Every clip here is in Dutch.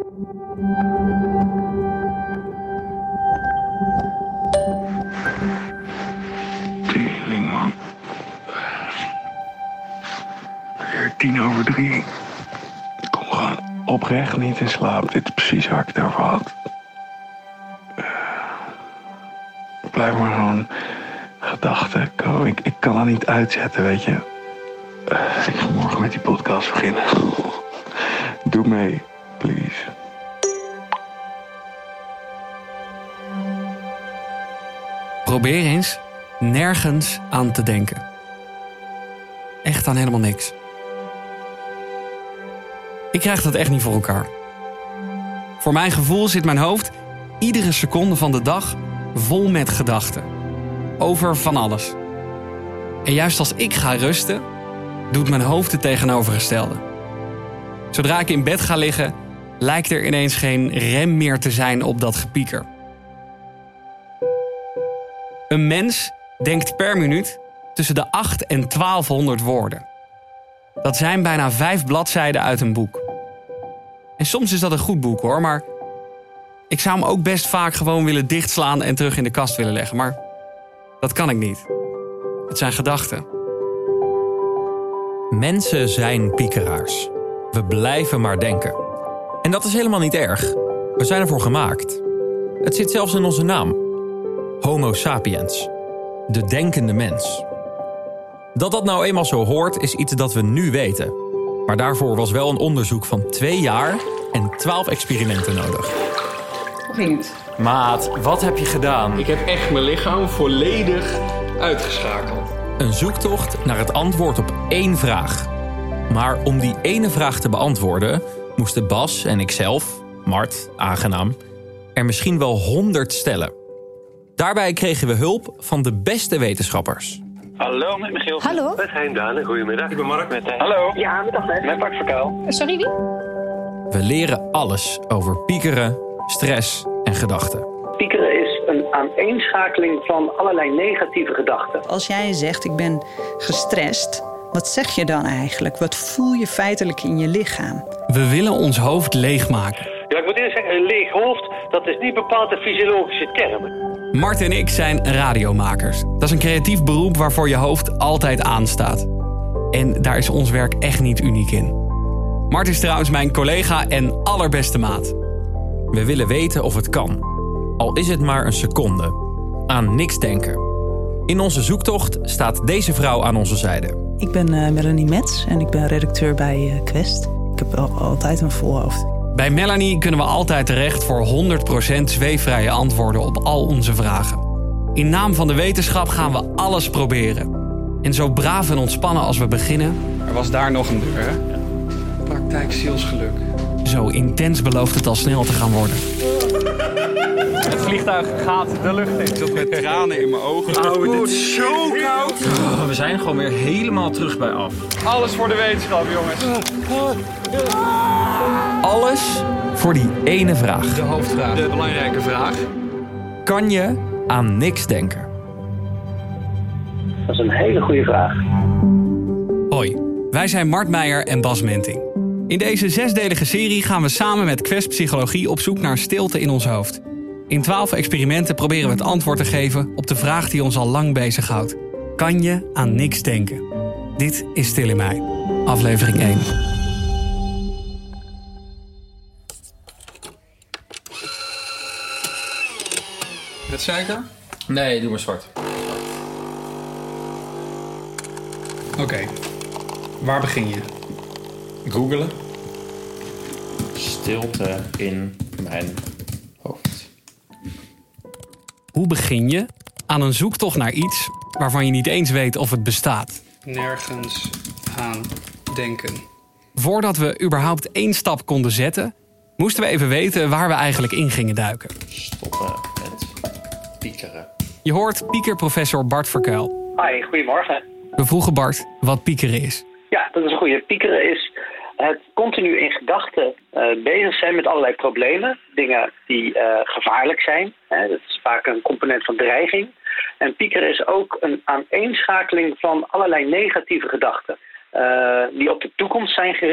Tering, man. Weer 2:10. Ik kom gewoon oprecht niet in slaap. Dit is precies waar ik het over had. Ik blijf maar gewoon gedachten komen. Ik kan dat niet uitzetten, weet je. Ik ga morgen met die podcast beginnen. Doe mee, please. Probeer eens nergens aan te denken. Echt aan helemaal niks. Ik krijg dat echt niet voor elkaar. Voor mijn gevoel zit mijn hoofd iedere seconde van de dag vol met gedachten. Over van alles. En juist als ik ga rusten, doet mijn hoofd het tegenovergestelde. Zodra ik in bed ga liggen, lijkt er ineens geen rem meer te zijn op dat gepieker. Een mens denkt per minuut tussen de 8 en 1200 woorden. Dat zijn bijna 5 bladzijden uit een boek. En soms is dat een goed boek hoor, maar ik zou hem ook best vaak gewoon willen dichtslaan en terug in de kast willen leggen. Maar dat kan ik niet. Het zijn gedachten. Mensen zijn piekeraars. We blijven maar denken. En dat is helemaal niet erg. We zijn ervoor gemaakt. Het zit zelfs in onze naam. Homo sapiens. De denkende mens. Dat dat nou eenmaal zo hoort is iets dat we nu weten. Maar daarvoor was wel een onderzoek van 2 jaar en 12 experimenten nodig. Hoe ging het? Maat, wat heb je gedaan? Ik heb echt mijn lichaam volledig uitgeschakeld. Een zoektocht naar het antwoord op 1 vraag. Maar om die ene vraag te beantwoorden, moesten Bas en ikzelf, Mart, aangenaam, er misschien wel 100 stellen. Daarbij kregen we hulp van de beste wetenschappers. Hallo, met Michiel. Hallo? Met Hein Dane, goedemiddag. Ik ben Mark. Hallo. Ja, met Ahmed. Met Bart Verkuil. Sorry, wie? We leren alles over piekeren, stress en gedachten. Piekeren is een aaneenschakeling van allerlei negatieve gedachten. Als jij zegt, ik ben gestrest, wat zeg je dan eigenlijk? Wat voel je feitelijk in je lichaam? We willen ons hoofd leegmaken. Ja, ik moet eerst zeggen, een leeg hoofd, dat is niet bepaald een fysiologische term. Mart en ik zijn radiomakers. Dat is een creatief beroep waarvoor je hoofd altijd aanstaat. En daar is ons werk echt niet uniek in. Mart is trouwens mijn collega en allerbeste maat. We willen weten of het kan. Al is het maar een seconde. Aan niks denken. In onze zoektocht staat deze vrouw aan onze zijde. Ik ben Melanie Metz en ik ben redacteur bij Quest. Ik heb altijd een vol hoofd. Bij Melanie kunnen we altijd terecht voor 100% zweefvrije antwoorden op al onze vragen. In naam van de wetenschap gaan we alles proberen. En zo braaf en ontspannen als we beginnen... Er was daar nog een deur, hè? Praktijk zielsgeluk. Zo intens belooft het al snel te gaan worden. Het vliegtuig gaat de lucht in. Ik zat met tranen in mijn ogen. Oh, dit is zo koud. Oh, we zijn gewoon weer helemaal terug bij af. Alles voor de wetenschap, jongens. Alles voor die ene vraag. De hoofdvraag. De belangrijke vraag. Kan je aan niks denken? Dat is een hele goede vraag. Hoi, wij zijn Mart Meijer en Bas Menting. In deze 6-delige serie gaan we samen met Quest Psychologie op zoek naar stilte in ons hoofd. In 12 experimenten proberen we het antwoord te geven op de vraag die ons al lang bezighoudt. Kan je aan niks denken? Dit is Stil in Mij, aflevering 1. Met suiker? Nee, doe maar zwart. Oké. Waar begin je? Googelen. Stilte in mijn hoofd. Hoe begin je aan een zoektocht naar iets waarvan je niet eens weet of het bestaat? Nergens aan denken. Voordat we überhaupt 1 stap konden zetten, moesten we even weten waar we eigenlijk in gingen duiken. Stoppen met piekeren. Je hoort piekerprofessor Bart Verkuil. Hi, goedemorgen. We vroegen Bart wat piekeren is. Ja, dat is een goede. Piekeren is het continu in gedachten bezig zijn met allerlei problemen. Dingen die gevaarlijk zijn. Dat is vaak een component van dreiging. En piekeren is ook een aaneenschakeling van allerlei negatieve gedachten. Die op de toekomst zijn gericht.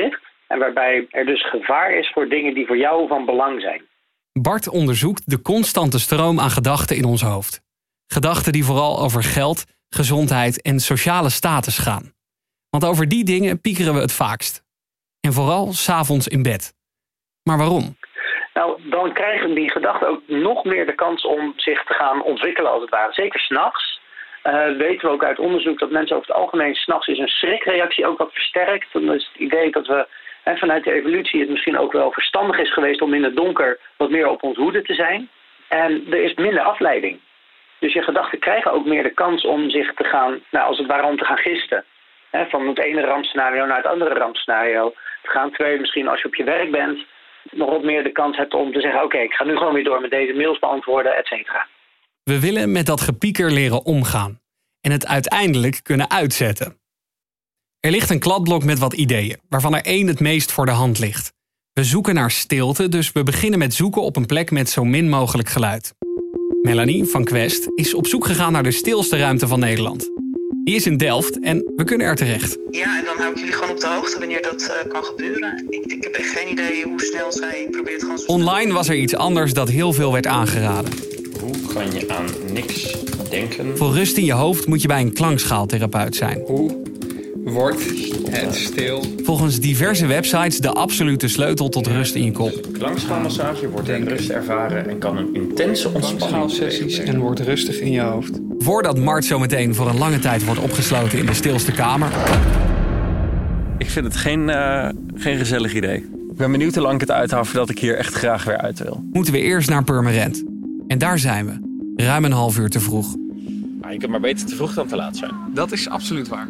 En waarbij er dus gevaar is voor dingen die voor jou van belang zijn. Bart onderzoekt de constante stroom aan gedachten in ons hoofd. Gedachten die vooral over geld, gezondheid en sociale status gaan. Want over die dingen piekeren we het vaakst. En vooral 's avonds in bed. Maar waarom? Nou, dan krijgen die gedachten ook nog meer de kans om zich te gaan ontwikkelen als het ware. Zeker 's nachts. Weten we ook uit onderzoek dat mensen over het algemeen 's nachts is een schrikreactie ook wat versterkt. Dan is het idee dat we vanuit de evolutie het misschien ook wel verstandig is geweest om in het donker wat meer op ons hoede te zijn. En er is minder afleiding. Dus je gedachten krijgen ook meer de kans om zich te gaan, als het ware om te gaan gisten. Van het ene rampscenario naar het andere rampscenario te gaan. Terwijl je misschien als je op je werk bent nog wat meer de kans hebt om te zeggen, oké, ik ga nu gewoon weer door met deze mails beantwoorden, et cetera. We willen met dat gepieker leren omgaan. En het uiteindelijk kunnen uitzetten. Er ligt een kladblok met wat ideeën, waarvan er 1 het meest voor de hand ligt. We zoeken naar stilte, dus we beginnen met zoeken op een plek met zo min mogelijk geluid. Melanie van Quest is op zoek gegaan naar de stilste ruimte van Nederland. Die is in Delft en we kunnen er terecht. Ja, en dan hou ik jullie gewoon op de hoogte wanneer dat kan gebeuren. Ik heb echt geen idee hoe snel zij probeert gewoon... Online was er iets anders dat heel veel werd aangeraden. Hoe kan je aan niks denken? Voor rust in je hoofd moet je bij een klankschaaltherapeut zijn. Hoe wordt het stil? Volgens diverse websites de absolute sleutel tot rust in je kop. Klankschaalmassage wordt in rust ervaren en kan een intense ontspanning Sessies en wordt rustig in je hoofd. Voordat Mart zometeen voor een lange tijd wordt opgesloten in de stilste kamer. Ik vind het geen gezellig idee. Ik ben benieuwd hoe lang ik het uithoud voordat ik hier echt graag weer uit wil. Moeten we eerst naar Purmerend. En daar zijn we. Ruim een half uur te vroeg. Maar je kunt maar beter te vroeg dan te laat zijn. Dat is absoluut waar.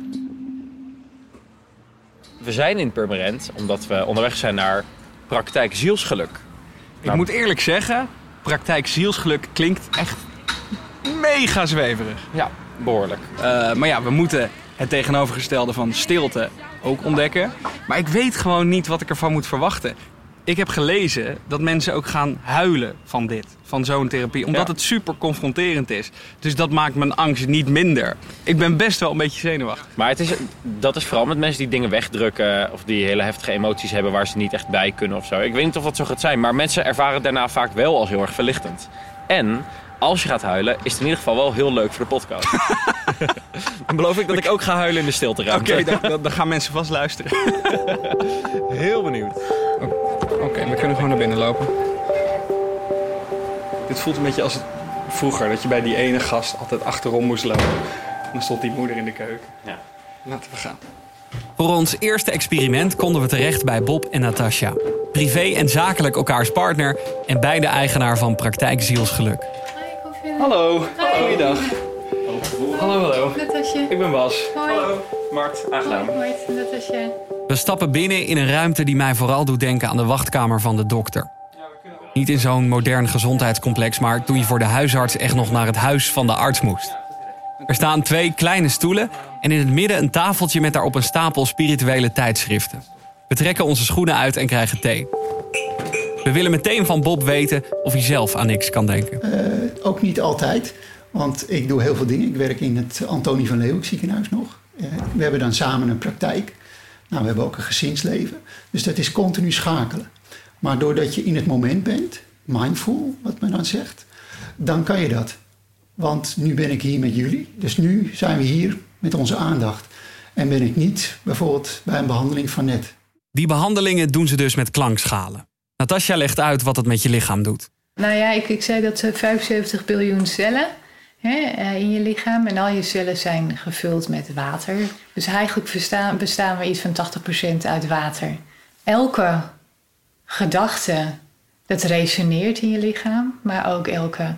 We zijn in Purmerend omdat we onderweg zijn naar praktijk zielsgeluk. Ik moet eerlijk zeggen, praktijk zielsgeluk klinkt echt mega zweverig. Ja, behoorlijk. Maar ja, we moeten het tegenovergestelde van stilte ook ontdekken. Maar ik weet gewoon niet wat ik ervan moet verwachten. Ik heb gelezen dat mensen ook gaan huilen van zo'n therapie. Omdat het super confronterend is. Dus dat maakt mijn angst niet minder. Ik ben best wel een beetje zenuwachtig. Maar dat is vooral met mensen die dingen wegdrukken... of die hele heftige emoties hebben waar ze niet echt bij kunnen of zo. Ik weet niet of dat zo gaat zijn, maar mensen ervaren het daarna vaak wel als heel erg verlichtend. En als je gaat huilen, is het in ieder geval wel heel leuk voor de podcast. Dan beloof ik dat ik ook ga huilen in de stilteruimte. Oké, dan gaan mensen vast luisteren. Heel benieuwd. Oké, we kunnen gewoon naar binnen lopen. Dit voelt een beetje als vroeger, dat je bij die ene gast altijd achterom moest lopen. En dan stond die moeder in de keuken. Ja. Laten we gaan. Voor ons eerste experiment konden we terecht bij Bob en Natasja. Privé en zakelijk elkaars partner en beide eigenaar van praktijk zielsgeluk. Hallo, goeiedag. Hallo. Natasja. Ik ben Bas. Hoi. Hallo. Mart, aangenaam. Hoi, Natasja. We stappen binnen in een ruimte die mij vooral doet denken aan de wachtkamer van de dokter. Niet in zo'n modern gezondheidscomplex, maar toen je voor de huisarts echt nog naar het huis van de arts moest. Er staan 2 kleine stoelen en in het midden een tafeltje met daarop een stapel spirituele tijdschriften. We trekken onze schoenen uit en krijgen thee. We willen meteen van Bob weten of hij zelf aan niks kan denken. Ook niet altijd, want ik doe heel veel dingen. Ik werk in het Antonie van Leeuwenhoek ziekenhuis nog. We hebben dan samen een praktijk. Nou, we hebben ook een gezinsleven. Dus dat is continu schakelen. Maar doordat je in het moment bent, mindful, wat men dan zegt, dan kan je dat. Want nu ben ik hier met jullie. Dus nu zijn we hier met onze aandacht. En ben ik niet bijvoorbeeld bij een behandeling van net. Die behandelingen doen ze dus met klankschalen. Natasja legt uit wat het met je lichaam doet. Nou ja, ik zei dat 75 biljoen cellen in je lichaam. En al je cellen zijn gevuld met water. Dus eigenlijk bestaan we iets van 80% uit water. Elke gedachte, dat resoneert in je lichaam. Maar ook elke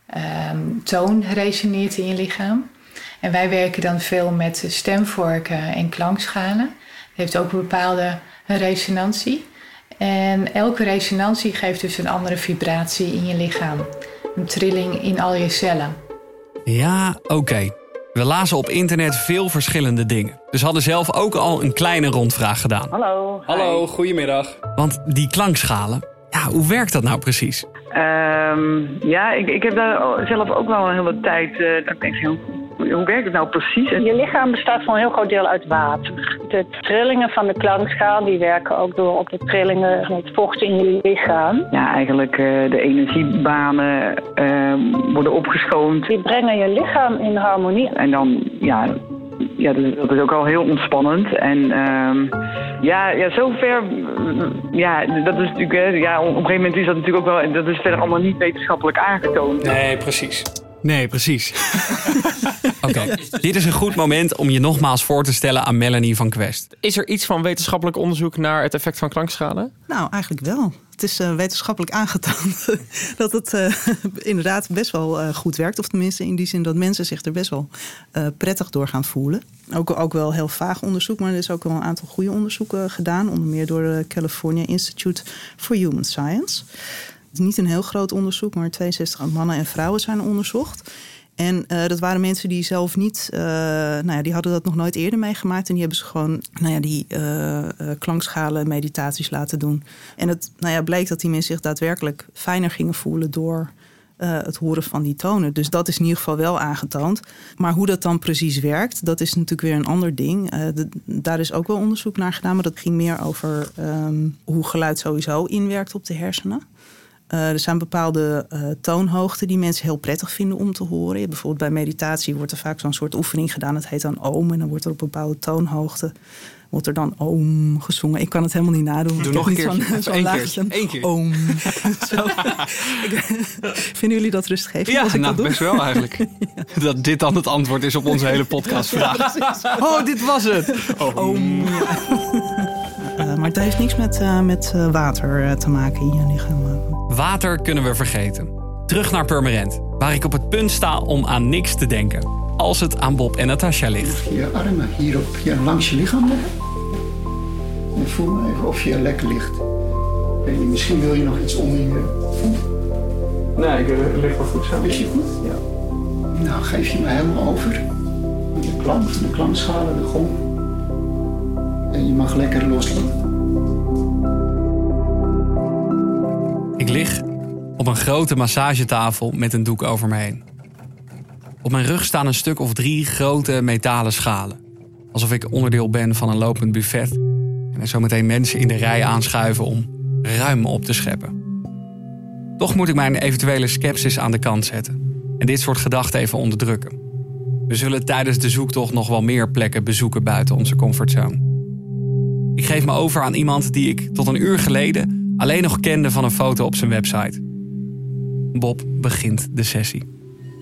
toon resoneert in je lichaam. En wij werken dan veel met stemvorken en klankschalen. Het heeft ook een bepaalde resonantie. En elke resonantie geeft dus een andere vibratie in je lichaam. Een trilling in al je cellen. Ja, oké. We lazen op internet veel verschillende dingen. Dus hadden zelf ook al een kleine rondvraag gedaan. Hallo. Hallo, goedemiddag. Want die klankschalen, ja, hoe werkt dat nou precies? Ja, ik heb daar zelf ook wel een hele tijd dat ik denk, hoe werkt het nou precies? Je lichaam bestaat voor een heel groot deel uit water. De trillingen van de klankschaal die werken ook door op de trillingen van het vocht in je lichaam. Ja, eigenlijk de energiebanen worden opgeschoond. Die brengen je lichaam in harmonie. En dan, dat is ook al heel ontspannend. En zover, dat is natuurlijk, op een gegeven moment is dat natuurlijk ook wel, dat is verder allemaal niet wetenschappelijk aangetoond. Nee, precies. Oké, dit is een goed moment om je nogmaals voor te stellen aan Melanie van Quest. Is er iets van wetenschappelijk onderzoek naar het effect van klankschade? Nou, eigenlijk wel. Het is wetenschappelijk aangetoond dat het inderdaad best wel goed werkt. Of tenminste in die zin dat mensen zich er best wel prettig door gaan voelen. Ook wel heel vaag onderzoek, maar er is ook wel een aantal goede onderzoeken gedaan. Onder meer door de California Institute for Human Science. Het is niet een heel groot onderzoek, maar 62 mannen en vrouwen zijn onderzocht. En dat waren mensen die zelf niet, die hadden dat nog nooit eerder meegemaakt. En die hebben ze gewoon, klankschalen meditaties laten doen. En het bleek dat die mensen zich daadwerkelijk fijner gingen voelen door het horen van die tonen. Dus dat is in ieder geval wel aangetoond. Maar hoe dat dan precies werkt, dat is natuurlijk weer een ander ding. Daar is ook wel onderzoek naar gedaan, maar dat ging meer over hoe geluid sowieso inwerkt op de hersenen. Er zijn bepaalde toonhoogten die mensen heel prettig vinden om te horen. Bijvoorbeeld bij meditatie wordt er vaak zo'n soort oefening gedaan. Dat heet dan oom. En dan wordt er op bepaalde toonhoogte wordt er dan oom gezongen. Ik kan het helemaal niet nadoen. Doe nog een keertje. Eén keer. Oom. Vinden jullie dat rustgevend? Ja, best wel eigenlijk. Ja. Dat dit dan het antwoord is op onze hele podcastvraag. Ja, dit was het. Oom. Maar het heeft niks met water te maken in je lichaam. Water kunnen we vergeten. Terug naar Purmerend, waar ik op het punt sta om aan niks te denken. Als het aan Bob en Natasja ligt. Je armen hier langs je lichaam leggen. En voel maar even of je lekker ligt. Weet je, misschien wil je nog iets onder je voet. Nee, ik lig wel goed zo. Lig je goed? Ja. Nou, geef je me helemaal over. De klank van de klankschalen, de gong. En je mag lekker loslaten. Ik lig op een grote massagetafel met een doek over me heen. Op mijn rug staan een stuk of 3 grote metalen schalen. Alsof ik onderdeel ben van een lopend buffet. En er zometeen mensen in de rij aanschuiven om ruim op te scheppen. Toch moet ik mijn eventuele scepsis aan de kant zetten. En dit soort gedachten even onderdrukken. We zullen tijdens de zoektocht nog wel meer plekken bezoeken buiten onze comfortzone. Ik geef me over aan iemand die ik tot een uur geleden alleen nog kende van een foto op zijn website. Bob begint de sessie.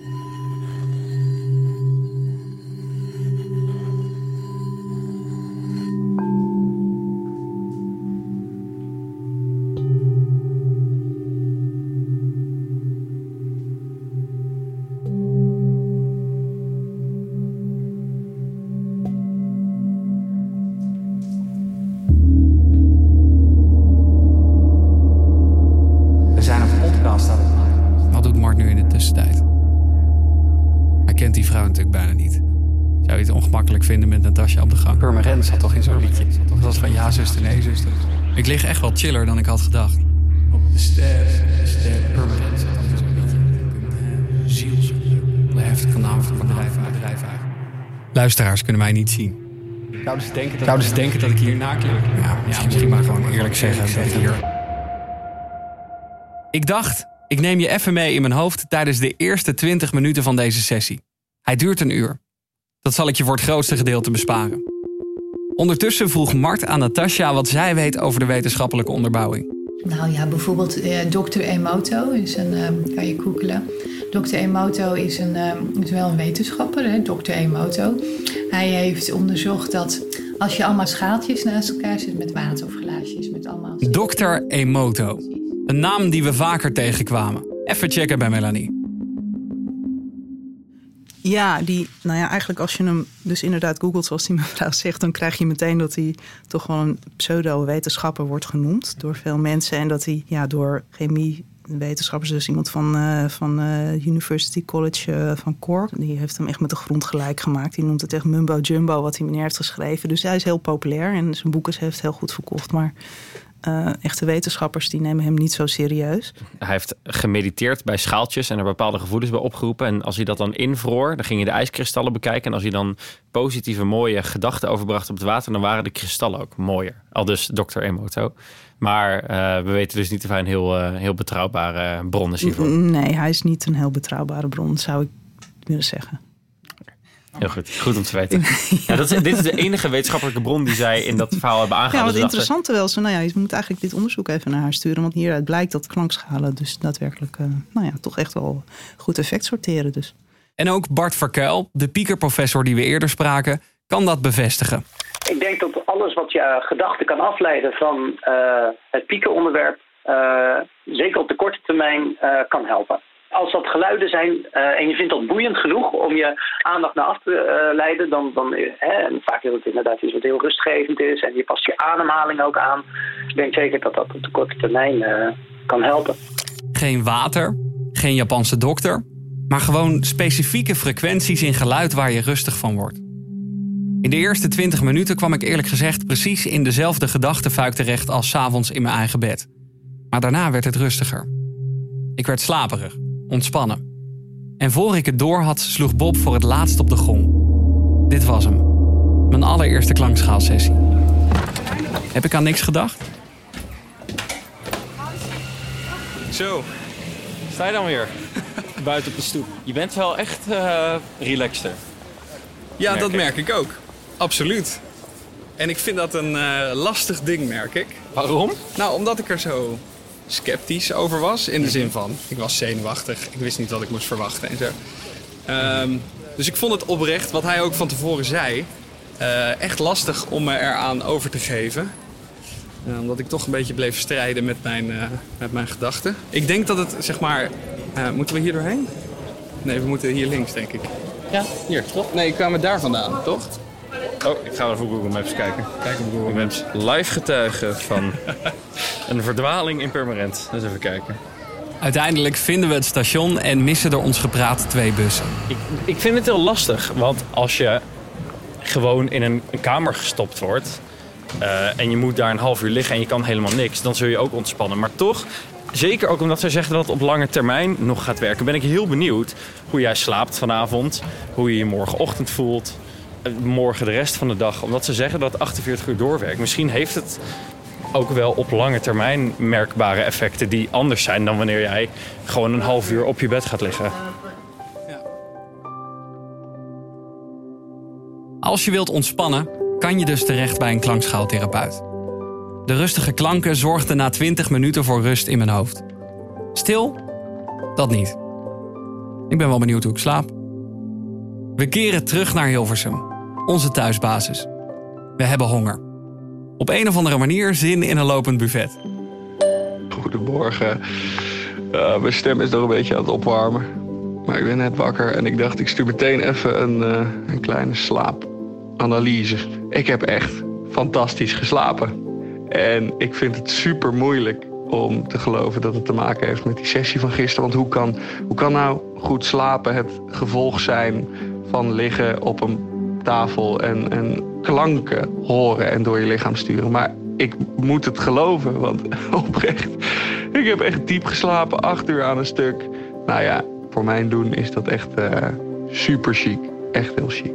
Wat doet Mart nu in de tussentijd? Hij kent die vrouw natuurlijk bijna niet. Zou je het ongemakkelijk vinden met Natasja op de gang? Purmerend zat toch in zo'n liedje? Dat was van ja zuster, nee zuster. Ik lig echt wel chiller dan ik had gedacht. Op de ster, Purmerend zat toch in zo'n liedje. Zielsgeluk. De heftige naam van het bedrijf eigenlijk. Luisteraars kunnen mij niet zien. Zouden ze denken dat ik hier naklik? Ja, misschien maar gewoon eerlijk zeggen dat ik hier... Ik dacht, ik neem je even mee in mijn hoofd tijdens de eerste 20 minuten van deze sessie. Hij duurt een uur. Dat zal ik je voor het grootste gedeelte besparen. Ondertussen vroeg Mart aan Natasja wat zij weet over de wetenschappelijke onderbouwing. Nou ja, bijvoorbeeld Dr. Emoto is kan je googlen. Dr. Emoto is wel een wetenschapper, hè, Dr. Emoto. Hij heeft onderzocht dat als je allemaal schaaltjes naast elkaar zet met water of glaasjes met allemaal... Dr. Emoto. Een naam die we vaker tegenkwamen. Even checken bij Melanie. Ja, eigenlijk als je hem dus inderdaad googelt zoals die mevrouw zegt... dan krijg je meteen dat hij toch wel een pseudo-wetenschapper wordt genoemd door veel mensen. En dat hij door chemiewetenschappers, dus iemand van University College van Cork... die heeft hem echt met de grond gelijk gemaakt. Die noemt het echt mumbo-jumbo wat die meneer heeft geschreven. Dus hij is heel populair en zijn boeken heeft heel goed verkocht. Maar Echte wetenschappers die nemen hem niet zo serieus. Hij heeft gemediteerd bij schaaltjes en er bepaalde gevoelens bij opgeroepen. En als hij dat dan invroor, dan ging je de ijskristallen bekijken. En als hij dan positieve, mooie gedachten overbracht op het water, dan waren de kristallen ook mooier. Aldus Dr. Emoto. Maar we weten dus niet of hij een heel betrouwbare bron is hiervoor. Nee, hij is niet een heel betrouwbare bron, zou ik willen zeggen. Heel goed. Goed om te weten. Ja, dit is de enige wetenschappelijke bron die zij in dat verhaal hebben aangehaald. Ja, wat interessante wel. Je moet eigenlijk dit onderzoek even naar haar sturen. Want hieruit blijkt dat klankschalen dus daadwerkelijk toch echt wel goed effect sorteren. Dus. En ook Bart Verkuil, de piekerprofessor die we eerder spraken, kan dat bevestigen. Ik denk dat alles wat je gedachten kan afleiden van het piekeronderwerp, zeker op de korte termijn, kan helpen. Als dat geluiden zijn en je vindt dat boeiend genoeg om je aandacht naar af te leiden, dan en vaak is het inderdaad iets wat heel rustgevend is en je past je ademhaling ook aan. Ik denk zeker dat dat op de korte termijn kan helpen. Geen water, geen Japanse dokter, maar gewoon specifieke frequenties in geluid waar je rustig van wordt. In de eerste 20 minuten kwam ik eerlijk gezegd precies in dezelfde gedachtenfuik terecht als 's avonds in mijn eigen bed. Maar daarna werd het rustiger. Ik werd slaperig, ontspannen. En voor ik het door had, sloeg Bob voor het laatst op de gong. Dit was hem. Mijn allereerste klankschaalsessie. Heb ik aan niks gedacht? Zo, sta je dan weer buiten op de stoep? Je bent wel echt relaxter. Ja, dat merk ik ook. Absoluut. En ik vind dat een lastig ding, merk ik. Waarom? Nou, omdat ik er zo sceptisch over was. In de zin van, ik was zenuwachtig. Ik wist niet wat ik moest verwachten en zo. Dus ik vond het oprecht, wat hij ook van tevoren zei, echt lastig om me eraan over te geven. Omdat ik toch een beetje bleef strijden met mijn gedachten. Ik denk dat het, zeg maar... moeten we hier doorheen? Nee, we moeten hier links, denk ik. Ja, hier, toch? Nee, ik kwam daar vandaan, toch? Oh, ik ga even op Google Maps kijken. Kijk op Google Maps. Live getuige van een verdwaling in Purmerend. Dus even kijken. Uiteindelijk vinden we het station en missen door ons gepraat 2 bussen. Ik vind het heel lastig, want als je gewoon in een kamer gestopt wordt en je moet daar een half uur liggen en je kan helemaal niks, dan zul je ook ontspannen. Maar toch, zeker ook omdat zij zeggen dat het op lange termijn nog gaat werken, ben ik heel benieuwd hoe jij slaapt vanavond, hoe je je morgenochtend voelt, morgen de rest van de dag. Omdat ze zeggen dat 48 uur doorwerkt. Misschien heeft het ook wel op lange termijn merkbare effecten die anders zijn dan wanneer jij gewoon een half uur op je bed gaat liggen. Als je wilt ontspannen, kan je dus terecht bij een klankschaaltherapeut. De rustige klanken zorgden na 20 minuten voor rust in mijn hoofd. Stil? Dat niet. Ik ben wel benieuwd hoe ik slaap. We keren terug naar Hilversum, onze thuisbasis. We hebben honger. Op een of andere manier zin in een lopend buffet. Goedemorgen. Mijn stem is nog een beetje aan het opwarmen. Maar ik ben net wakker en ik dacht, ik stuur meteen even een kleine slaapanalyse. Ik heb echt fantastisch geslapen. En ik vind het super moeilijk om te geloven dat het te maken heeft met die sessie van gisteren. Want hoe kan nou goed slapen het gevolg zijn van liggen op een tafel en klanken horen en door je lichaam sturen? Maar ik moet het geloven, want oprecht, ik heb echt diep geslapen, 8 uur aan een stuk. Nou ja, voor mijn doen is dat echt super chic. Echt heel chic.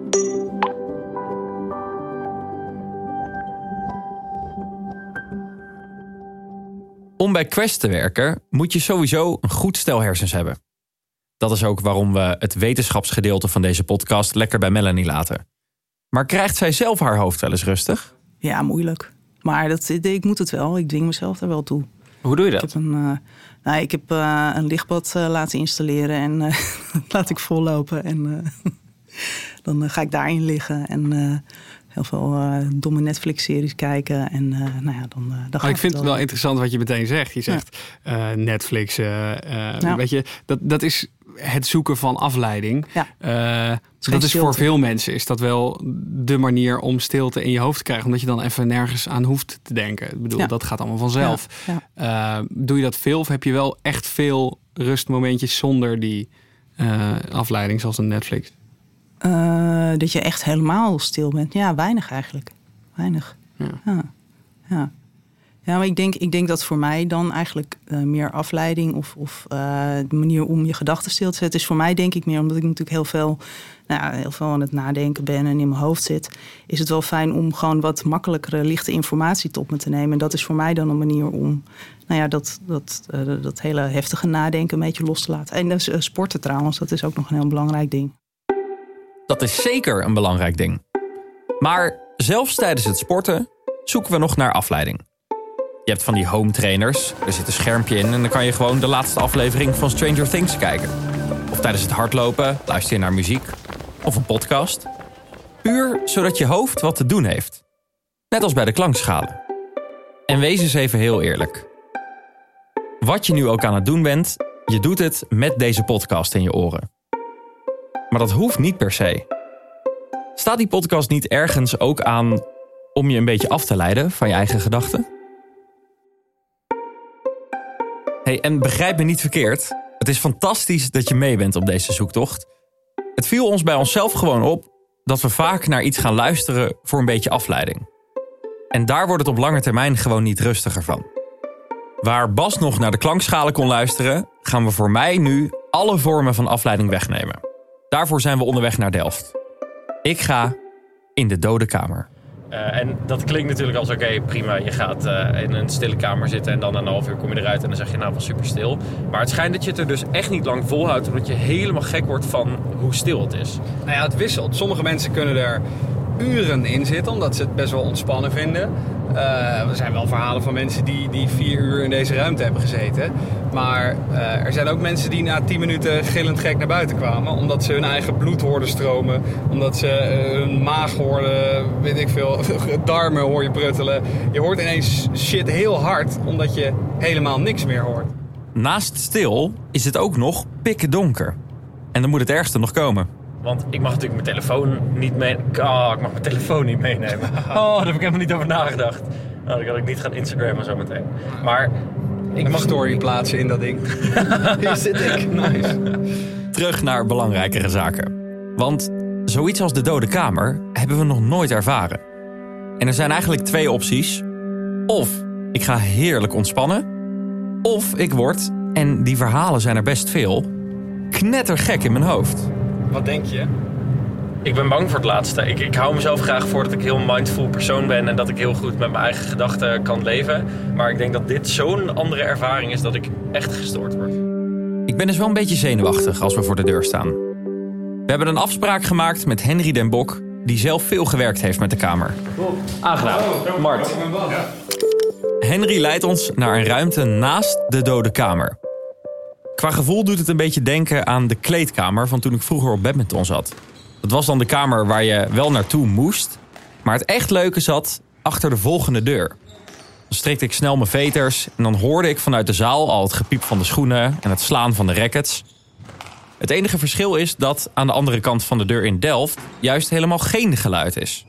Om bij Quest te werken moet je sowieso een goed stel hersens hebben. Dat is ook waarom we het wetenschapsgedeelte van deze podcast lekker bij Melanie laten. Maar krijgt zij zelf haar hoofd wel eens rustig? Ja, moeilijk. Maar ik moet het wel. Ik dwing mezelf er wel toe. Hoe doe je dat? Ik heb een lichtbad laten installeren en laat ik vollopen. En dan ga ik daarin liggen en heel veel domme Netflix-series kijken. En dan ga ik vind het wel interessant wat je meteen zegt. Je zegt Netflix, weet je, dat is het zoeken van afleiding. Ja. Dat is voor veel mensen is dat wel de manier om stilte in je hoofd te krijgen. Omdat je dan even nergens aan hoeft te denken. Ik bedoel, dat gaat allemaal vanzelf. Ja. Doe je dat veel of heb je wel echt veel rustmomentjes zonder die afleiding zoals een Netflix? Dat je echt helemaal stil bent. Ja, weinig eigenlijk. Weinig. Ja. Ja, maar ik denk dat voor mij dan eigenlijk meer afleiding of de manier om je gedachten stil te zetten is voor mij denk ik meer omdat ik natuurlijk heel veel aan het nadenken ben en in mijn hoofd zit. Is het wel fijn om gewoon wat makkelijkere, lichte informatie tot me te nemen. En dat is voor mij dan een manier om dat hele heftige nadenken een beetje los te laten. En dus, sporten trouwens, dat is ook nog een heel belangrijk ding. Dat is zeker een belangrijk ding. Maar zelfs tijdens het sporten zoeken we nog naar afleiding. Je hebt van die home trainers, er zit een schermpje in en dan kan je gewoon de laatste aflevering van Stranger Things kijken. Of tijdens het hardlopen luister je naar muziek of een podcast. Puur zodat je hoofd wat te doen heeft. Net als bij de klankschalen. En wees eens even heel eerlijk. Wat je nu ook aan het doen bent, je doet het met deze podcast in je oren. Maar dat hoeft niet per se. Staat die podcast niet ergens ook aan om je een beetje af te leiden van je eigen gedachten? Hey, en begrijp me niet verkeerd. Het is fantastisch dat je mee bent op deze zoektocht. Het viel ons bij onszelf gewoon op dat we vaak naar iets gaan luisteren voor een beetje afleiding. En daar wordt het op lange termijn gewoon niet rustiger van. Waar Bas nog naar de klankschalen kon luisteren, gaan we voor mij nu alle vormen van afleiding wegnemen. Daarvoor zijn we onderweg naar Delft. Ik ga in de dode kamer. En dat klinkt natuurlijk als oké, prima. Je gaat in een stille kamer zitten en dan een half uur kom je eruit en dan zeg je nou, was super stil. Maar het schijnt dat je het er dus echt niet lang volhoudt, omdat je helemaal gek wordt van hoe stil het is. Nou ja, het wisselt. Sommige mensen kunnen er uren in zitten, omdat ze het best wel ontspannen vinden. Er zijn wel verhalen van mensen die 4 uur in deze ruimte hebben gezeten. Maar er zijn ook mensen die na 10 minuten gillend gek naar buiten kwamen. Omdat ze hun eigen bloed hoorden stromen. Omdat ze hun maag hoorden, weet ik veel, darmen hoor je pruttelen. Je hoort ineens shit heel hard, omdat je helemaal niks meer hoort. Naast stil is het ook nog pikkendonker. En dan moet het ergste nog komen. Want ik mag natuurlijk mijn telefoon niet meenemen. Oh, daar heb ik helemaal niet over nagedacht. Nou, dan kan ik niet gaan Instagrammen zo meteen. Maar ik mag story plaatsen in dat ding. Hier zit ik. Nice. Terug naar belangrijkere zaken. Want zoiets als de dode kamer hebben we nog nooit ervaren. En er zijn eigenlijk 2 opties. Of ik ga heerlijk ontspannen. Of ik word, en die verhalen zijn er best veel, knettergek in mijn hoofd. Wat denk je? Ik ben bang voor het laatste. Ik hou mezelf graag voor dat ik heel mindful persoon ben en dat ik heel goed met mijn eigen gedachten kan leven. Maar ik denk dat dit zo'n andere ervaring is dat ik echt gestoord word. Ik ben dus wel een beetje zenuwachtig als we voor de deur staan. We hebben een afspraak gemaakt met Henry den Bok, die zelf veel gewerkt heeft met de kamer. Aangenaam. Mart. Henry leidt ons naar een ruimte naast de dode kamer. Qua gevoel doet het een beetje denken aan de kleedkamer van toen ik vroeger op badminton zat. Dat was dan de kamer waar je wel naartoe moest, maar het echt leuke zat achter de volgende deur. Dan strikte ik snel mijn veters en dan hoorde ik vanuit de zaal al het gepiep van de schoenen en het slaan van de rackets. Het enige verschil is dat aan de andere kant van de deur in Delft juist helemaal geen geluid is.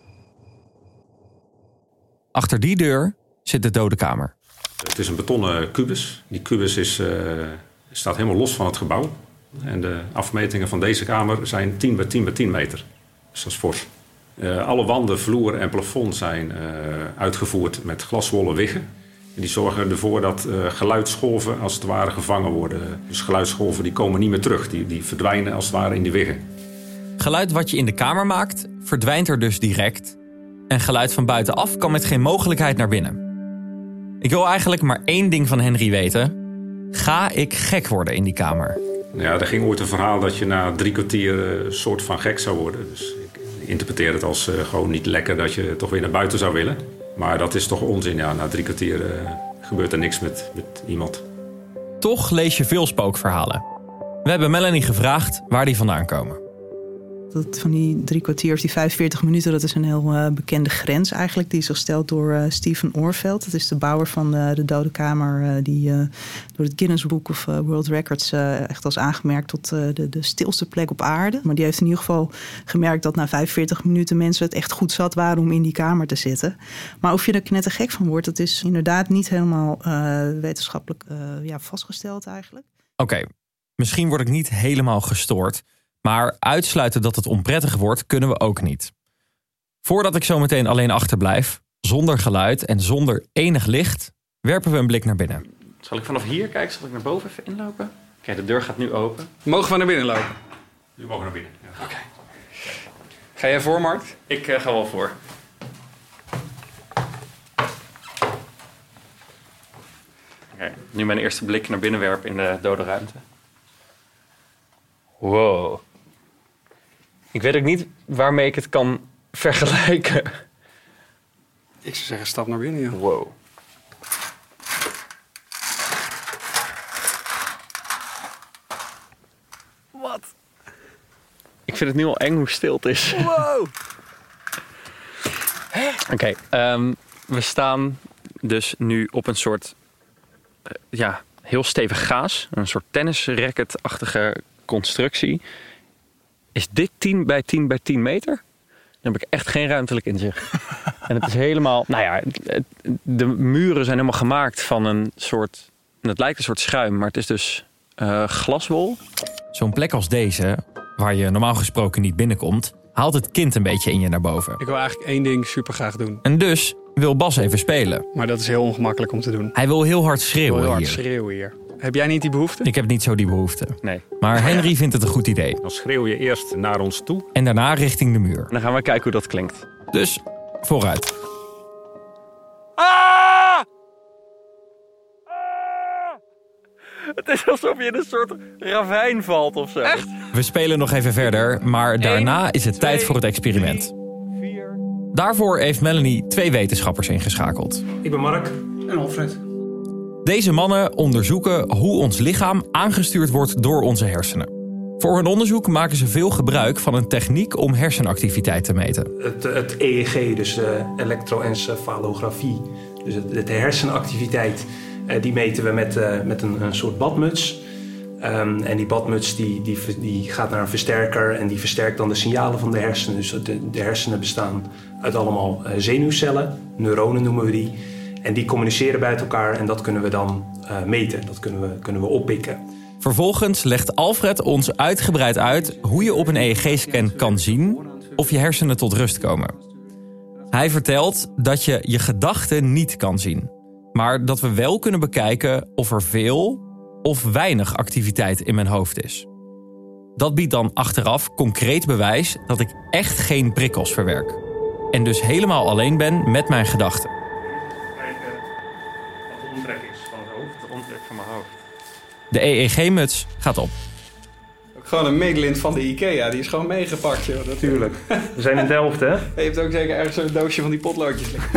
Achter die deur zit de dode kamer. Het is een betonnen kubus. Die kubus staat helemaal los van het gebouw. En de afmetingen van deze kamer zijn 10 bij 10 bij 10 meter. Dus dat is fors. Alle wanden, vloer en plafond zijn uitgevoerd met glaswollen wiggen. En die zorgen ervoor dat geluidsgolven als het ware gevangen worden. Dus geluidsgolven die komen niet meer terug. Die verdwijnen als het ware in die wiggen. Geluid wat je in de kamer maakt, verdwijnt er dus direct. En geluid van buitenaf kan met geen mogelijkheid naar binnen. Ik wil eigenlijk maar 1 ding van Henry weten. Ga ik gek worden in die kamer? Ja, er ging ooit een verhaal dat je na 3 kwartier een soort van gek zou worden. Dus ik interpreteer het als gewoon niet lekker dat je toch weer naar buiten zou willen. Maar dat is toch onzin. Ja, na 3 kwartier gebeurt er niks met iemand. Toch lees je veel spookverhalen. We hebben Melanie gevraagd waar die vandaan komen. Dat van die 3 kwartier of die 45 minuten, dat is een heel bekende grens eigenlijk. Die is gesteld door Stephen Orveld. Dat is de bouwer van de dode kamer. Die door het Guinness Book of World Records echt als aangemerkt tot de stilste plek op aarde. Maar die heeft in ieder geval gemerkt dat na 45 minuten mensen het echt goed zat waren om in die kamer te zitten. Maar of je er knettergek van wordt, dat is inderdaad niet helemaal wetenschappelijk vastgesteld eigenlijk. Oké, misschien word ik niet helemaal gestoord. Maar uitsluiten dat het onprettig wordt, kunnen we ook niet. Voordat ik zo meteen alleen achterblijf, zonder geluid en zonder enig licht, werpen we een blik naar binnen. Zal ik vanaf hier kijken? Zal ik naar boven even inlopen? Kijk, de deur gaat nu open. Mogen we naar binnen lopen? Nu mogen we naar binnen. Ja. Oké. Ga jij voor, Mart? Ik ga wel voor. Oké, nu mijn eerste blik naar binnen werpen in de dode ruimte. Wow. Ik weet ook niet waarmee ik het kan vergelijken. Ik zou zeggen, stap naar binnen, joh. Wow. Wat? Ik vind het nu al eng hoe stil het is. Wow. Oké, we staan dus nu op een soort heel stevig gaas. Een soort tennisracket-achtige constructie. Is dit 10 bij 10 bij 10 meter? Dan heb ik echt geen ruimtelijk inzicht. En het is helemaal... de muren zijn helemaal gemaakt van een soort... Het lijkt een soort schuim, maar het is dus glaswol. Zo'n plek als deze, waar je normaal gesproken niet binnenkomt, haalt het kind een beetje in je naar boven. Ik wil eigenlijk 1 ding super graag doen. En dus wil Bas even spelen. Maar dat is heel ongemakkelijk om te doen. Hij wil heel hard schreeuwen hier. Heb jij niet die behoefte? Ik heb niet zo die behoefte. Nee. Maar Henry vindt het een goed idee. Dan schreeuw je eerst naar ons toe. En daarna richting de muur. Dan gaan we kijken hoe dat klinkt. Dus, vooruit. Het is alsof je in een soort ravijn valt of zo. Echt? We spelen nog even verder, maar daarna is het tijd voor het experiment. Daarvoor heeft Melanie 2 wetenschappers ingeschakeld. Ik ben Mark. En Alfred. Deze mannen onderzoeken hoe ons lichaam aangestuurd wordt door onze hersenen. Voor hun onderzoek maken ze veel gebruik van een techniek om hersenactiviteit te meten. Het EEG, dus elektroencefalografie. Dus de hersenactiviteit, die meten we met een soort badmuts. En die badmuts die gaat naar een versterker en die versterkt dan de signalen van de hersenen. Dus de hersenen bestaan uit allemaal zenuwcellen, neuronen noemen we die. En die communiceren bij elkaar en dat kunnen we dan meten, dat kunnen we oppikken. Vervolgens legt Alfred ons uitgebreid uit hoe je op een EEG-scan kan zien of je hersenen tot rust komen. Hij vertelt dat je je gedachten niet kan zien, maar dat we wel kunnen bekijken of er veel of weinig activiteit in mijn hoofd is. Dat biedt dan achteraf concreet bewijs dat ik echt geen prikkels verwerk. En dus helemaal alleen ben met mijn gedachten. Kijken wat de omtrek is van het hoofd, de omtrek van mijn hoofd. De EEG-muts gaat op. Gewoon een Medelint van de IKEA, die is gewoon meegepakt, joh. Tuurlijk. We zijn in Delft, hè? Je hebt ook zeker ergens zo'n doosje van die potloodjes liggen.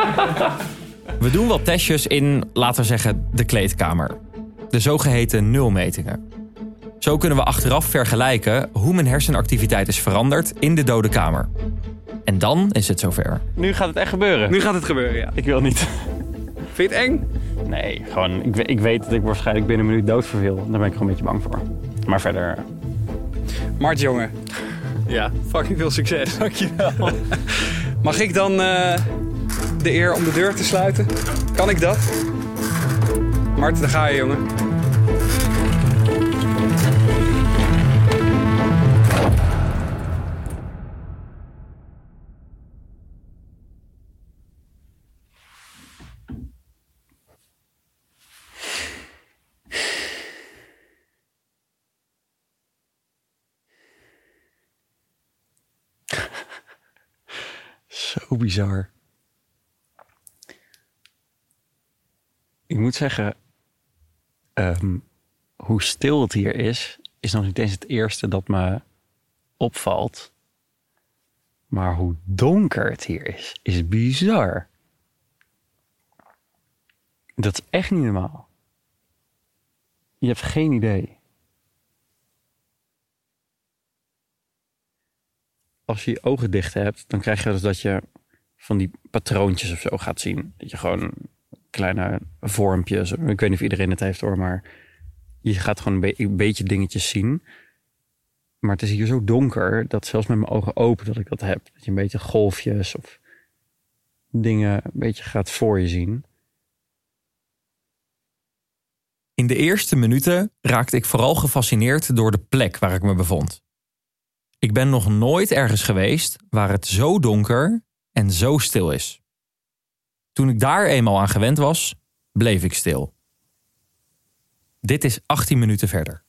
We doen wat testjes in, laten we zeggen, de kleedkamer. De zogeheten nulmetingen. Zo kunnen we achteraf vergelijken hoe mijn hersenactiviteit is veranderd in de dode kamer. En dan is het zover. Nu gaat het echt gebeuren. Nu gaat het gebeuren, ja. Ik wil niet. Vind je het eng? Nee, gewoon, ik weet dat ik waarschijnlijk binnen een minuut doodverveel. Daar ben ik gewoon een beetje bang voor. Maar verder... Mart, jongen. Ja. Fucking veel succes. Dankjewel. Mag ik dan de eer om de deur te sluiten? Kan ik dat? Mart, daar ga je, jongen. Zo bizar. Ik moet zeggen, hoe stil het hier is nog niet eens het eerste dat me opvalt. Maar hoe donker het hier is bizar. Dat is echt niet normaal. Je hebt geen idee. Als je je ogen dicht hebt, dan krijg je dus dat je van die patroontjes of zo gaat zien. Dat je gewoon kleine vormpjes, ik weet niet of iedereen het heeft hoor, maar je gaat gewoon een beetje dingetjes zien. Maar het is hier zo donker dat zelfs met mijn ogen open dat ik dat heb. Dat je een beetje golfjes of dingen een beetje gaat voor je zien. In de eerste minuten raakte ik vooral gefascineerd door de plek waar ik me bevond. Ik ben nog nooit ergens geweest waar het zo donker en zo stil is. Toen ik daar eenmaal aan gewend was, bleef ik stil. Dit is 18 minuten verder.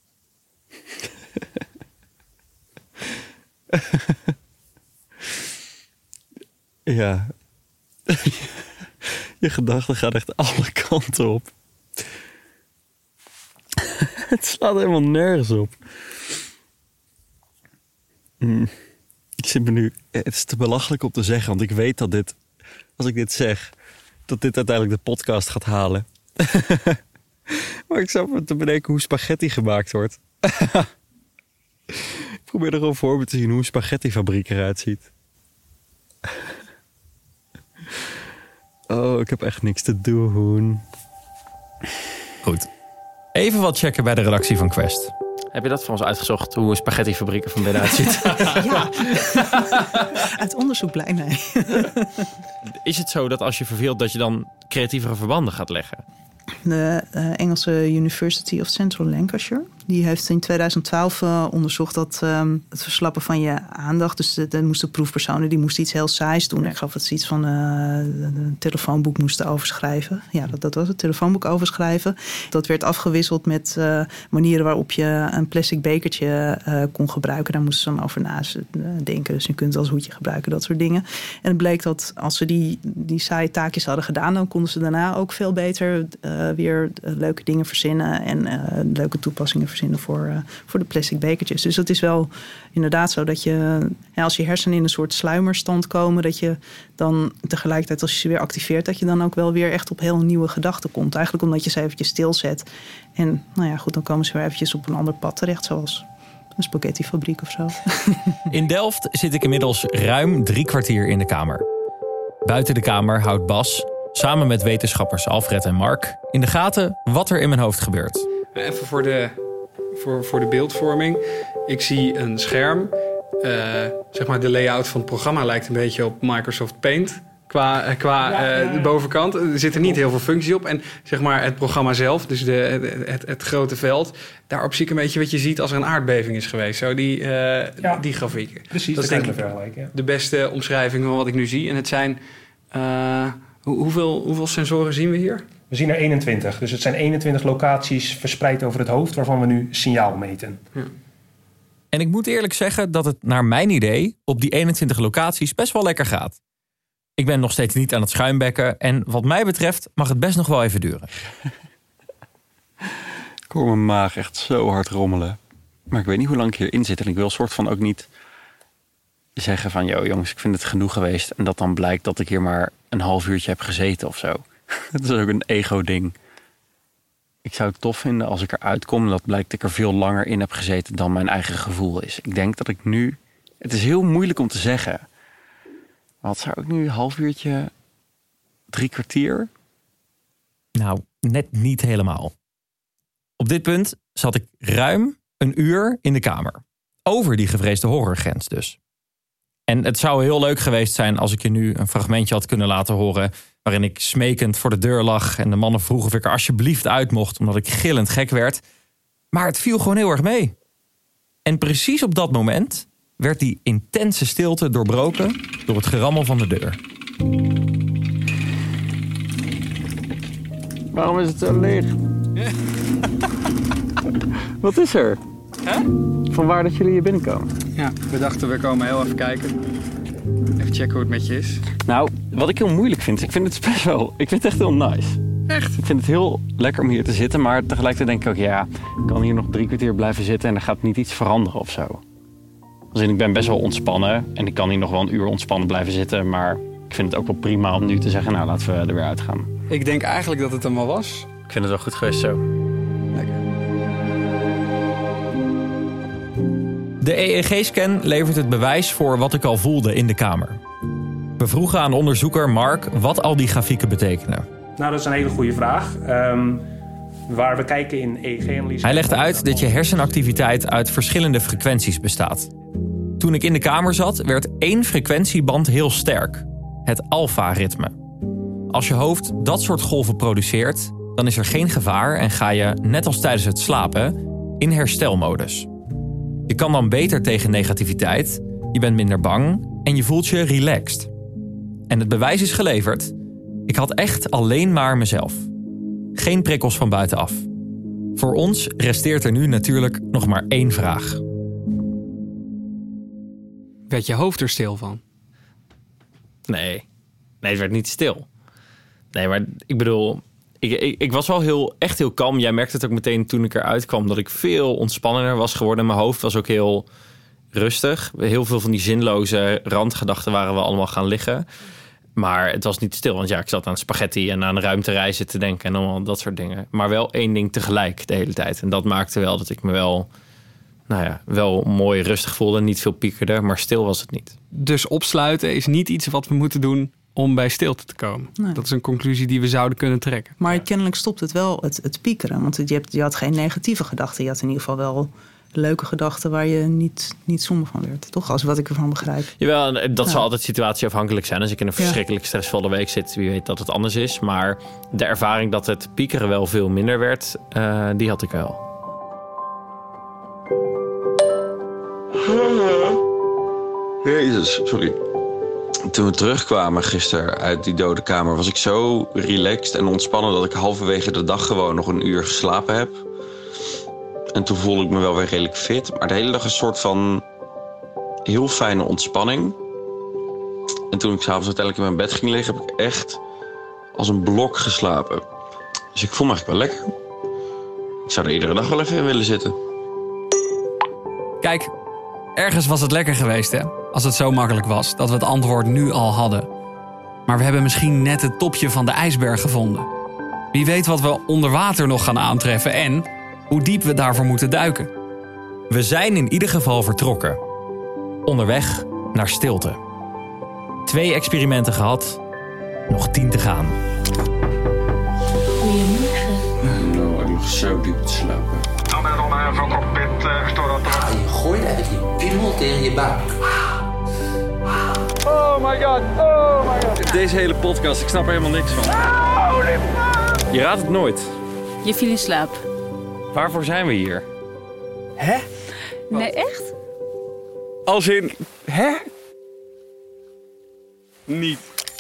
Ja. Je gedachten gaan echt alle kanten op. Het slaat helemaal nergens op. Ik zit me nu... Het is te belachelijk om te zeggen, want ik weet dat dit... Als ik dit zeg, dat dit uiteindelijk de podcast gaat halen. Maar ik zat me te bedenken hoe spaghetti gemaakt wordt. Ik probeer er gewoon voor me te zien hoe een spaghettifabriek eruit ziet. Oh, ik heb echt niks te doen. Goed. Even wat checken bij de redactie van Quest. Heb je dat voor ons uitgezocht, hoe een spaghettifabriek er van binnenuit ziet? Ja, uit onderzoek blij mee. Is het zo dat als je verveelt dat je dan creatievere verbanden gaat leggen? De Engelse University of Central Lancashire. Die heeft in 2012 onderzocht dat het verslappen van je aandacht... dus er moesten proefpersonen, die moesten iets heel saais doen. Ik geloof dat ze iets van een telefoonboek moesten overschrijven. Ja, dat was het, telefoonboek overschrijven. Dat werd afgewisseld met manieren waarop je een plastic bekertje kon gebruiken. Daar moesten ze dan over nadenken. Dus je kunt het als hoedje gebruiken, dat soort dingen. En het bleek dat als ze die saaie taakjes hadden gedaan... dan konden ze daarna ook veel beter weer leuke dingen verzinnen... en leuke toepassingen verzinnen voor de plastic bekertjes. Dus het is wel inderdaad zo dat je... als je hersenen in een soort sluimerstand komen... dat je dan tegelijkertijd als je ze weer activeert... dat je dan ook wel weer echt op heel nieuwe gedachten komt. Eigenlijk omdat je ze eventjes stilzet. En nou ja, goed, dan komen ze weer eventjes op een ander pad terecht... zoals een spaghettifabriek of zo. In Delft zit ik inmiddels ruim 3 kwartier in de kamer. Buiten de kamer houdt Bas, samen met wetenschappers Alfred en Mark... in de gaten wat er in mijn hoofd gebeurt. Even voor de beeldvorming. Ik zie een scherm. Zeg maar de layout van het programma lijkt een beetje op Microsoft Paint. Qua de bovenkant. Er zitten niet heel veel functies op. En zeg maar het programma zelf, dus het grote veld... daarop zie ik een beetje wat je ziet als er een aardbeving is geweest. Zo die grafieken. Precies, dat is denk ik de beste omschrijving van wat ik nu zie. En het zijn... Hoeveel sensoren zien we hier? We zien er 21. Dus het zijn 21 locaties verspreid over het hoofd... waarvan we nu signaal meten. Ja. En ik moet eerlijk zeggen dat het naar mijn idee... op die 21 locaties best wel lekker gaat. Ik ben nog steeds niet aan het schuimbekken... en wat mij betreft mag het best nog wel even duren. Ik hoor mijn maag echt zo hard rommelen. Maar ik weet niet hoe lang ik hierin zit. En ik wil soort van ook niet zeggen van... yo jongens, ik vind het genoeg geweest. En dat dan blijkt dat ik hier maar een half uurtje heb gezeten of zo. Dat is ook een ego-ding. Ik zou het tof vinden als ik eruit kom... dat blijkt dat ik er veel langer in heb gezeten dan mijn eigen gevoel is. Ik denk dat ik nu... Het is heel moeilijk om te zeggen. Wat zou ik nu, een half uurtje, 3 kwartier? Nou, net niet helemaal. Op dit punt zat ik ruim een uur in de kamer. Over die gevreesde horrorgrens dus. En het zou heel leuk geweest zijn als ik je nu een fragmentje had kunnen laten horen... waarin ik smekend voor de deur lag en de mannen vroegen of ik er alsjeblieft uit mocht... omdat ik gillend gek werd. Maar het viel gewoon heel erg mee. En precies op dat moment werd die intense stilte doorbroken door het gerammel van de deur. Waarom is het zo leeg? Wat is er? Vanwaar dat jullie hier binnenkomen? Ja, we dachten we komen heel even kijken. Even checken hoe het met je is. Nou, wat ik heel moeilijk vind, ik vind het echt heel nice. Echt? Ik vind het heel lekker om hier te zitten, maar tegelijkertijd denk ik ook, ja, ik kan hier nog 3 kwartier blijven zitten en er gaat niet iets veranderen of zo. Dus ik ben best wel ontspannen en ik kan hier nog wel een uur ontspannen blijven zitten, maar ik vind het ook wel prima om nu te zeggen, nou, laten we er weer uitgaan. Ik denk eigenlijk dat het hem al was. Ik vind het wel goed geweest zo. Lekker. De EEG-scan levert het bewijs voor wat ik al voelde in de kamer. We vroegen aan onderzoeker Mark wat al die grafieken betekenen. Nou, dat is een hele goede vraag. Waar we kijken in EEG-analyse... Hij legde uit dat je hersenactiviteit uit verschillende frequenties bestaat. Toen ik in de kamer zat, werd 1 frequentieband heel sterk. Het alfa-ritme. Als je hoofd dat soort golven produceert, dan is er geen gevaar en ga je, net als tijdens het slapen, in herstelmodus. Je kan dan beter tegen negativiteit, je bent minder bang en je voelt je relaxed. En het bewijs is geleverd. Ik had echt alleen maar mezelf. Geen prikkels van buitenaf. Voor ons resteert er nu natuurlijk nog maar 1 vraag. Werd je hoofd er stil van? Nee, het werd niet stil. Nee, maar ik bedoel... Ik was wel echt heel kalm. Jij merkte het ook meteen toen ik eruit kwam... dat ik veel ontspannender was geworden. Mijn hoofd was ook heel rustig. Heel veel van die zinloze randgedachten waren we allemaal gaan liggen. Maar het was niet stil. Want ik zat aan spaghetti en aan ruimtereizen te denken... en allemaal dat soort dingen. Maar wel 1 ding tegelijk de hele tijd. En dat maakte wel dat ik me wel mooi rustig voelde. Niet veel piekerde, maar stil was het niet. Dus opsluiten is niet iets wat we moeten doen... om bij stilte te komen. Nee. Dat is een conclusie die we zouden kunnen trekken. Maar kennelijk stopt het wel, het piekeren. Want je had geen negatieve gedachten. Je had in ieder geval wel leuke gedachten... waar je niet somber van werd. Toch? Als wat ik ervan begrijp. Jawel, dat zal altijd situatieafhankelijk zijn. Als ik in een verschrikkelijk stressvolle week zit... wie weet dat het anders is. Maar de ervaring dat het piekeren wel veel minder werd... die had ik wel. Jezus, sorry. Toen we terugkwamen gisteren uit die dode kamer... was ik zo relaxed en ontspannen... dat ik halverwege de dag gewoon nog 1 uur geslapen heb. En toen voelde ik me wel weer redelijk fit. Maar de hele dag een soort van heel fijne ontspanning. En toen ik s'avonds uiteindelijk in mijn bed ging liggen... heb ik echt als een blok geslapen. Dus ik voel me eigenlijk wel lekker. Ik zou er iedere dag wel even in willen zitten. Kijk, ergens was het lekker geweest, hè? Als het zo makkelijk was, dat we het antwoord nu al hadden. Maar we hebben misschien net het topje van de ijsberg gevonden. Wie weet wat we onder water nog gaan aantreffen en hoe diep we daarvoor moeten duiken. We zijn in ieder geval vertrokken. Onderweg naar stilte. 2 experimenten gehad, nog 10 te gaan. Goedemorgen. Nou, ik lig zo diep te slapen. Dan ben ik van cockpit gestoord. Je gooit eigenlijk je piemel tegen je buik. Oh my god. Deze hele podcast, ik snap er helemaal niks van. Je raadt het nooit. Je viel in slaap. Waarvoor zijn we hier? Hè? Nee, echt? Als in... Hè? Niet.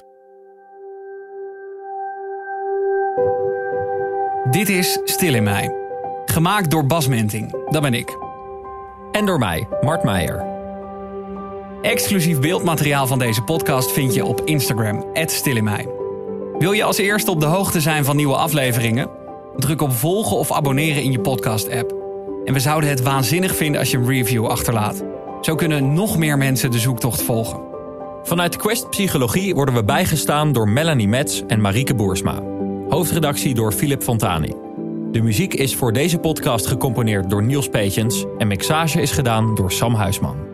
Dit is Stil in mij. Gemaakt door Bas Menting, dat ben ik. En door mij, Mart Meijer. Exclusief beeldmateriaal van deze podcast vind je op Instagram, @stilinmij. Wil je als eerste op de hoogte zijn van nieuwe afleveringen? Druk op volgen of abonneren in je podcast-app. En we zouden het waanzinnig vinden als je een review achterlaat. Zo kunnen nog meer mensen de zoektocht volgen. Vanuit Quest Psychologie worden we bijgestaan door Melanie Metz en Marieke Boersma. Hoofdredactie door Philip Fontani. De muziek is voor deze podcast gecomponeerd door Niels Peetjens en mixage is gedaan door Sam Huisman.